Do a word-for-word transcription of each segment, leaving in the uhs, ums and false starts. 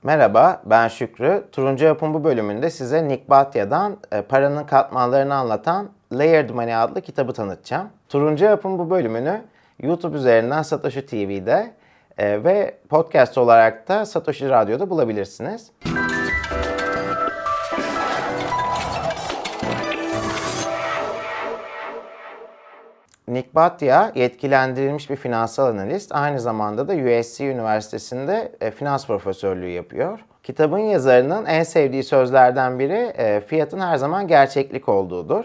Merhaba, ben Şükrü. Turuncu Yapım bu bölümünde size Nick Bhatya'dan e, paranın katmanlarını anlatan Layered Money adlı kitabı tanıtacağım. Turuncu Yapım bu bölümünü YouTube üzerinden Satoshi T V'de e, ve podcast olarak da Satoshi Radyo'da bulabilirsiniz. Nick Bhatia yetkilendirilmiş bir finansal analist, aynı zamanda da U S C Üniversitesi'nde e, finans profesörlüğü yapıyor. Kitabın yazarının en sevdiği sözlerden biri e, fiyatın her zaman gerçeklik olduğudur.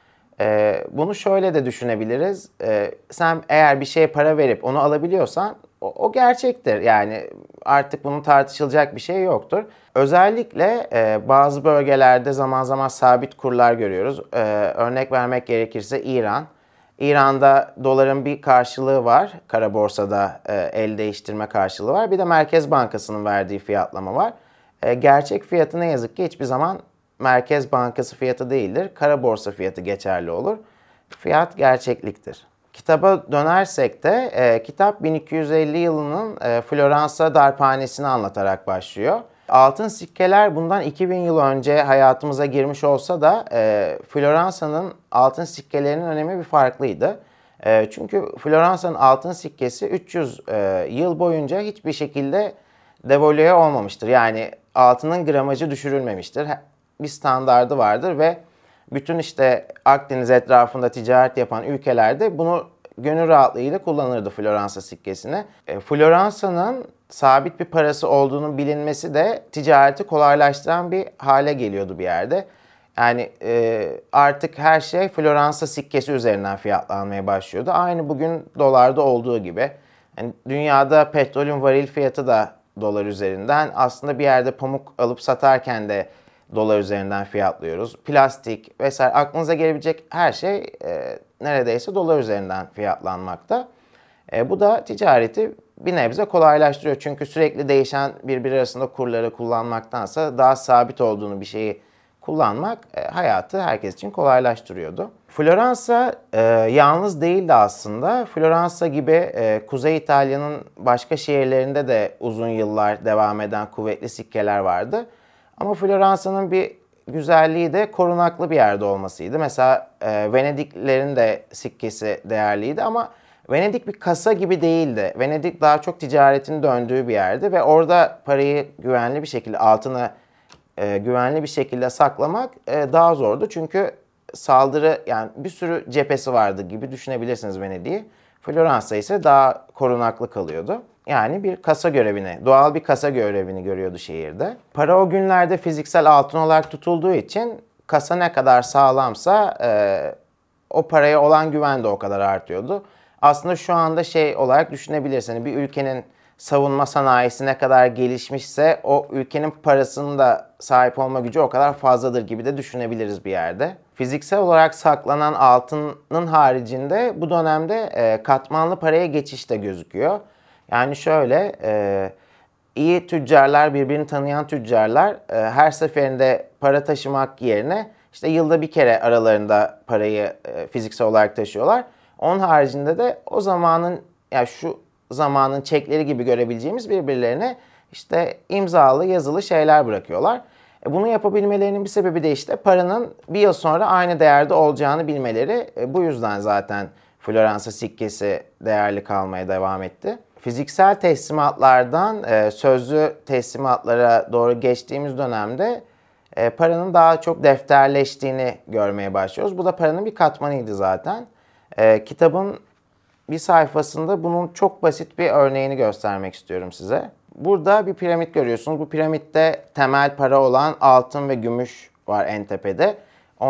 E, bunu şöyle de düşünebiliriz. E, sen eğer bir şeye para verip onu alabiliyorsan o, o gerçektir. Yani artık bunun tartışılacak bir şey yoktur. Özellikle e, bazı bölgelerde zaman zaman sabit kurlar görüyoruz. E, örnek vermek gerekirse İran. İran'da doların bir karşılığı var. Kara borsada e, el değiştirme karşılığı var. Bir de Merkez Bankası'nın verdiği fiyatlama var. E, gerçek fiyatı ne yazık ki hiçbir zaman Merkez Bankası fiyatı değildir. Kara borsa fiyatı geçerli olur. Fiyat gerçekliktir. Kitaba dönersek de e, kitap bin iki yüz elli yılının e, Floransa darphanesini anlatarak başlıyor. Altın sikkeler bundan iki bin yıl önce hayatımıza girmiş olsa da e, Floransa'nın altın sikkelerinin önemi bir farklıydı. E, çünkü Floransa'nın altın sikkesi üç yüz e, yıl boyunca hiçbir şekilde devalüe olmamıştır. Yani altının gramajı düşürülmemiştir. Bir standardı vardır ve bütün işte Akdeniz etrafında ticaret yapan ülkelerde bunu gönül rahatlığıyla kullanırdı Floransa sikkesini. E, Floransa'nın sabit bir parası olduğunun bilinmesi de ticareti kolaylaştıran bir hale geliyordu bir yerde. Yani e, artık her şey Floransa sikkesi üzerinden fiyatlanmaya başlıyordu. Aynı bugün dolarda olduğu gibi. Yani dünyada petrolün varil fiyatı da dolar üzerinden. Aslında bir yerde pamuk alıp satarken de dolar üzerinden fiyatlıyoruz. Plastik vesaire aklınıza gelebilecek her şey e, neredeyse dolar üzerinden fiyatlanmakta. E, bu da ticareti bir nebze kolaylaştırıyor. Çünkü sürekli değişen birbiri arasında kurları kullanmaktansa daha sabit olduğunu bir şeyi kullanmak e, hayatı herkes için kolaylaştırıyordu. Floransa e, yalnız değildi aslında. Floransa gibi e, Kuzey İtalya'nın başka şehirlerinde de uzun yıllar devam eden kuvvetli sikkeler vardı. Ama Floransa'nın bir güzelliği de korunaklı bir yerde olmasıydı. Mesela e, Venediklilerin de sikkesi değerliydi ama Venedik bir kasa gibi değildi. Venedik daha çok ticaretin döndüğü bir yerdi ve orada parayı güvenli bir şekilde, altını e, güvenli bir şekilde saklamak e, daha zordu. Çünkü saldırı, yani bir sürü cephesi vardı gibi düşünebilirsiniz Venedik'i. Floransa ise daha korunaklı kalıyordu. Yani bir kasa görevini, doğal bir kasa görevini görüyordu şehirde. Para o günlerde fiziksel altın olarak tutulduğu için kasa ne kadar sağlamsa e, o paraya olan güven de o kadar artıyordu. Aslında şu anda şey olarak düşünebilirsiniz. Bir ülkenin savunma sanayisi ne kadar gelişmişse o ülkenin parasının da sahip olma gücü o kadar fazladır gibi de düşünebiliriz bir yerde. Fiziksel olarak saklanan altının haricinde bu dönemde e, katmanlı paraya geçiş de gözüküyor. Yani şöyle, e, iyi tüccarlar, birbirini tanıyan tüccarlar e, her seferinde para taşımak yerine işte yılda bir kere aralarında parayı e, fiziksel olarak taşıyorlar. Onun haricinde de o zamanın, yani şu zamanın çekleri gibi görebileceğimiz birbirlerine işte imzalı, yazılı şeyler bırakıyorlar. E, bunu yapabilmelerinin bir sebebi de işte paranın bir yıl sonra aynı değerde olacağını bilmeleri. E, bu yüzden zaten Floransa sikkesi değerli kalmaya devam etti. Fiziksel teslimatlardan e, sözlü teslimatlara doğru geçtiğimiz dönemde e, paranın daha çok defterleştiğini görmeye başlıyoruz. Bu da paranın bir katmanıydı zaten. E, kitabın bir sayfasında bunun çok basit bir örneğini göstermek istiyorum size. Burada bir piramit görüyorsunuz. Bu piramitte temel para olan altın ve gümüş var en tepede.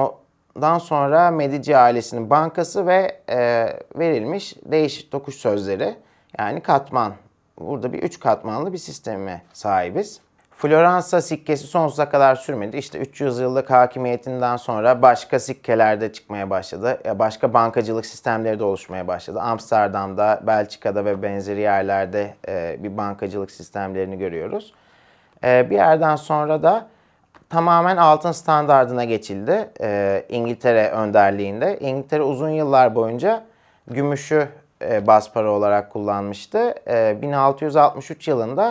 Ondan sonra Medici ailesinin bankası ve e, verilmiş değiş tokuş sözleri. Yani katman. Burada bir üç katmanlı bir sisteme sahibiz. Floransa sikkesi sonsuza kadar sürmedi. İşte üç yüz yıllık hakimiyetinden sonra başka sikkeler de çıkmaya başladı. Başka bankacılık sistemleri de oluşmaya başladı. Amsterdam'da, Belçika'da ve benzeri yerlerde bir bankacılık sistemlerini görüyoruz. Bir yerden sonra da tamamen altın standardına geçildi İngiltere önderliğinde. İngiltere uzun yıllar boyunca gümüşü baz para olarak kullanmıştı. bin altı yüz altmış üç yılında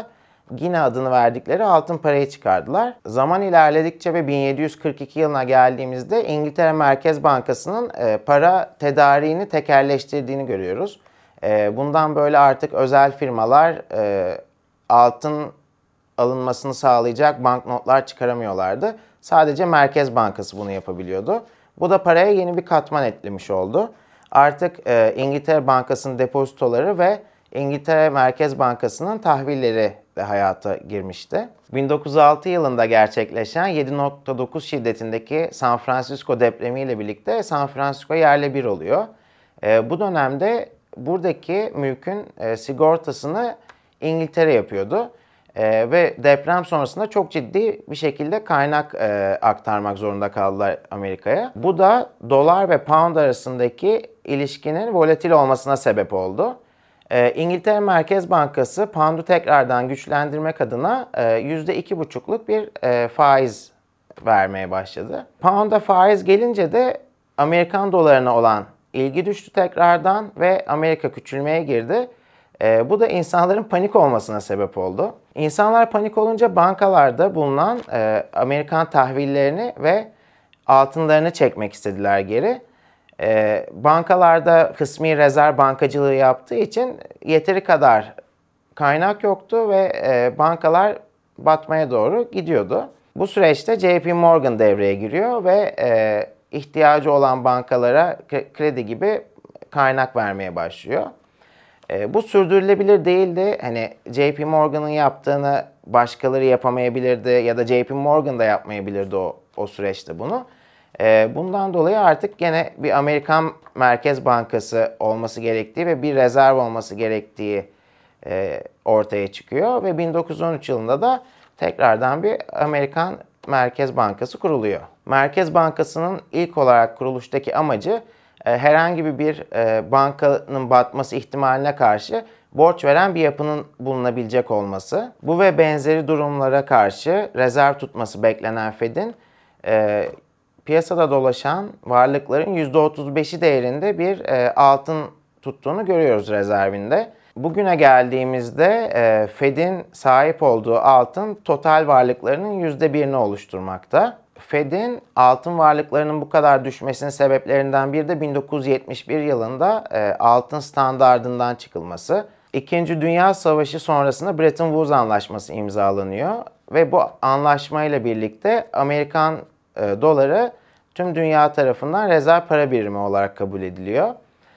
Gine adını verdikleri altın parayı çıkardılar. Zaman ilerledikçe ve bin yedi yüz kırk iki yılına geldiğimizde İngiltere Merkez Bankası'nın e, para tedariğini tekelleştirdiğini görüyoruz. E, bundan böyle artık özel firmalar e, altın alınmasını sağlayacak banknotlar çıkaramıyorlardı. Sadece Merkez Bankası bunu yapabiliyordu. Bu da paraya yeni bir katman eklemiş oldu. Artık e, İngiltere Bankası'nın depozitoları ve İngiltere Merkez Bankası'nın tahvilleri de hayata girmişti. bin dokuz yüz altı yılında gerçekleşen yedi nokta dokuz şiddetindeki San Francisco depremiyle birlikte San Francisco yerle bir oluyor. E, bu dönemde buradaki mülkün e, sigortasını İngiltere yapıyordu. Ee, ve deprem sonrasında çok ciddi bir şekilde kaynak e, aktarmak zorunda kaldılar Amerika'ya. Bu da dolar ve pound arasındaki ilişkinin volatil olmasına sebep oldu. Ee, İngiltere Merkez Bankası pound'u tekrardan güçlendirmek adına e, yüzde iki buçukluk bir e, faiz vermeye başladı. Pound'a faiz gelince de Amerikan dolarına olan ilgi düştü tekrardan ve Amerika küçülmeye girdi. E, bu da insanların panik olmasına sebep oldu. İnsanlar panik olunca bankalarda bulunan e, Amerikan tahvillerini ve altınlarını çekmek istediler geri. E, bankalarda kısmi rezerv bankacılığı yaptığı için yeteri kadar kaynak yoktu ve e, bankalar batmaya doğru gidiyordu. Bu süreçte J P Morgan devreye giriyor ve e, ihtiyacı olan bankalara kredi gibi kaynak vermeye başlıyor. E, bu sürdürülebilir değildi. Hani J P Morgan'ın yaptığını başkaları yapamayabilirdi ya da J P Morgan da yapmayabilirdi o, o süreçte bunu. E, bundan dolayı artık gene bir Amerikan Merkez Bankası olması gerektiği ve bir rezerv olması gerektiği e, ortaya çıkıyor. Ve bin dokuz yüz on üç yılında da tekrardan bir Amerikan Merkez Bankası kuruluyor. Merkez Bankası'nın ilk olarak kuruluştaki amacı herhangi bir bankanın batması ihtimaline karşı borç veren bir yapının bulunabilecek olması. Bu ve benzeri durumlara karşı rezerv tutması beklenen Fed'in e, piyasada dolaşan varlıkların yüzde otuz beşi değerinde bir e, altın tuttuğunu görüyoruz rezervinde. Bugüne geldiğimizde e, Fed'in sahip olduğu altın total varlıklarının yüzde birini oluşturmakta. Fed'in altın varlıklarının bu kadar düşmesinin sebeplerinden biri de bin dokuz yüz yetmiş bir yılında e, altın standardından çıkılması. İkinci Dünya Savaşı sonrasında Bretton Woods Anlaşması imzalanıyor ve bu anlaşmayla birlikte Amerikan e, doları tüm dünya tarafından rezerv para birimi olarak kabul ediliyor.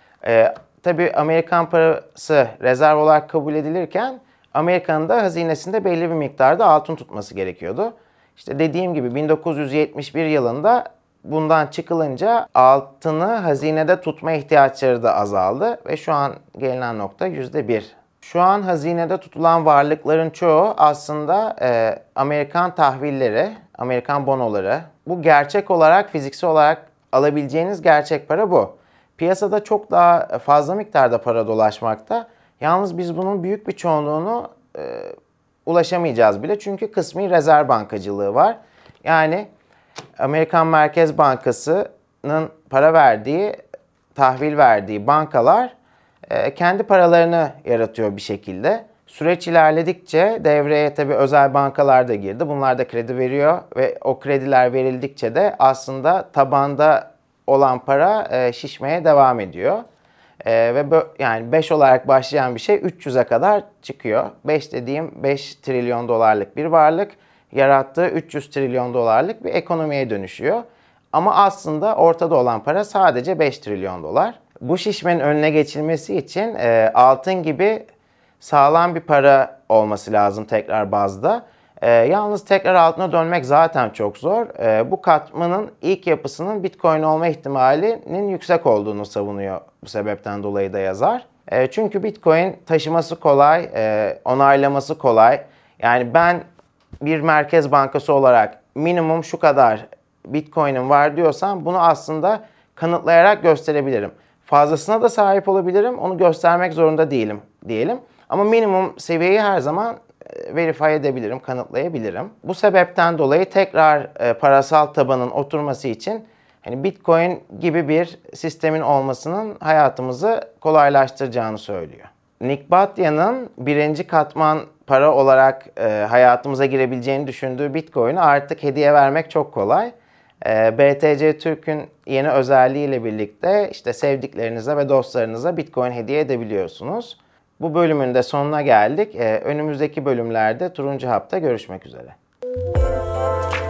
E, tabii Amerikan parası rezerv olarak kabul edilirken Amerika'nın da hazinesinde belli bir miktarda altın tutması gerekiyordu. İşte dediğim gibi bin dokuz yüz yetmiş bir yılında bundan çıkılınca altını hazinede tutma ihtiyaçları da azaldı ve şu an gelinen nokta yüzde bir. Şu an hazinede tutulan varlıkların çoğu aslında e, Amerikan tahvilleri, Amerikan bonoları. Bu gerçek olarak, fiziksel olarak alabileceğiniz gerçek para bu. Piyasada çok daha fazla miktarda para dolaşmakta. Yalnız biz bunun büyük bir çoğunluğunu e, ulaşamayacağız bile çünkü kısmi rezerv bankacılığı var. Yani Amerikan Merkez Bankası'nın para verdiği, tahvil verdiği bankalar e, kendi paralarını yaratıyor bir şekilde. Süreç ilerledikçe devreye tabii özel bankalar da girdi. Bunlar da kredi veriyor ve o krediler verildikçe de aslında tabanda olan para e, şişmeye devam ediyor. Ee, ve bö- yani beş olarak başlayan bir şey üç yüze kadar çıkıyor. beş dediğim beş trilyon dolarlık bir varlık yarattığı üç yüz trilyon dolarlık bir ekonomiye dönüşüyor. Ama aslında ortada olan para sadece beş trilyon dolar. Bu şişmenin önüne geçilmesi için e, altın gibi sağlam bir para olması lazım tekrar bazda. E, yalnız tekrar altına dönmek zaten çok zor. E, bu katmanın ilk yapısının Bitcoin olma ihtimalinin yüksek olduğunu savunuyor bu sebepten dolayı da yazar. E, çünkü Bitcoin taşıması kolay, e, onaylaması kolay. Yani ben bir merkez bankası olarak minimum şu kadar Bitcoin'im var diyorsam bunu aslında kanıtlayarak gösterebilirim. Fazlasına da sahip olabilirim, onu göstermek zorunda değilim diyelim. Ama minimum seviyeyi her zaman verify edebilirim, kanıtlayabilirim. Bu sebepten dolayı tekrar e, parasal tabanın oturması için hani Bitcoin gibi bir sistemin olmasının hayatımızı kolaylaştıracağını söylüyor. Nick Batya'nın birinci katman para olarak e, hayatımıza girebileceğini düşündüğü Bitcoin'i artık hediye vermek çok kolay. E, B T C Türk'ün yeni özelliğiyle birlikte işte sevdiklerinize ve dostlarınıza Bitcoin hediye edebiliyorsunuz. Bu bölümün de sonuna geldik. E, önümüzdeki bölümlerde Turuncu Hap'ta görüşmek üzere.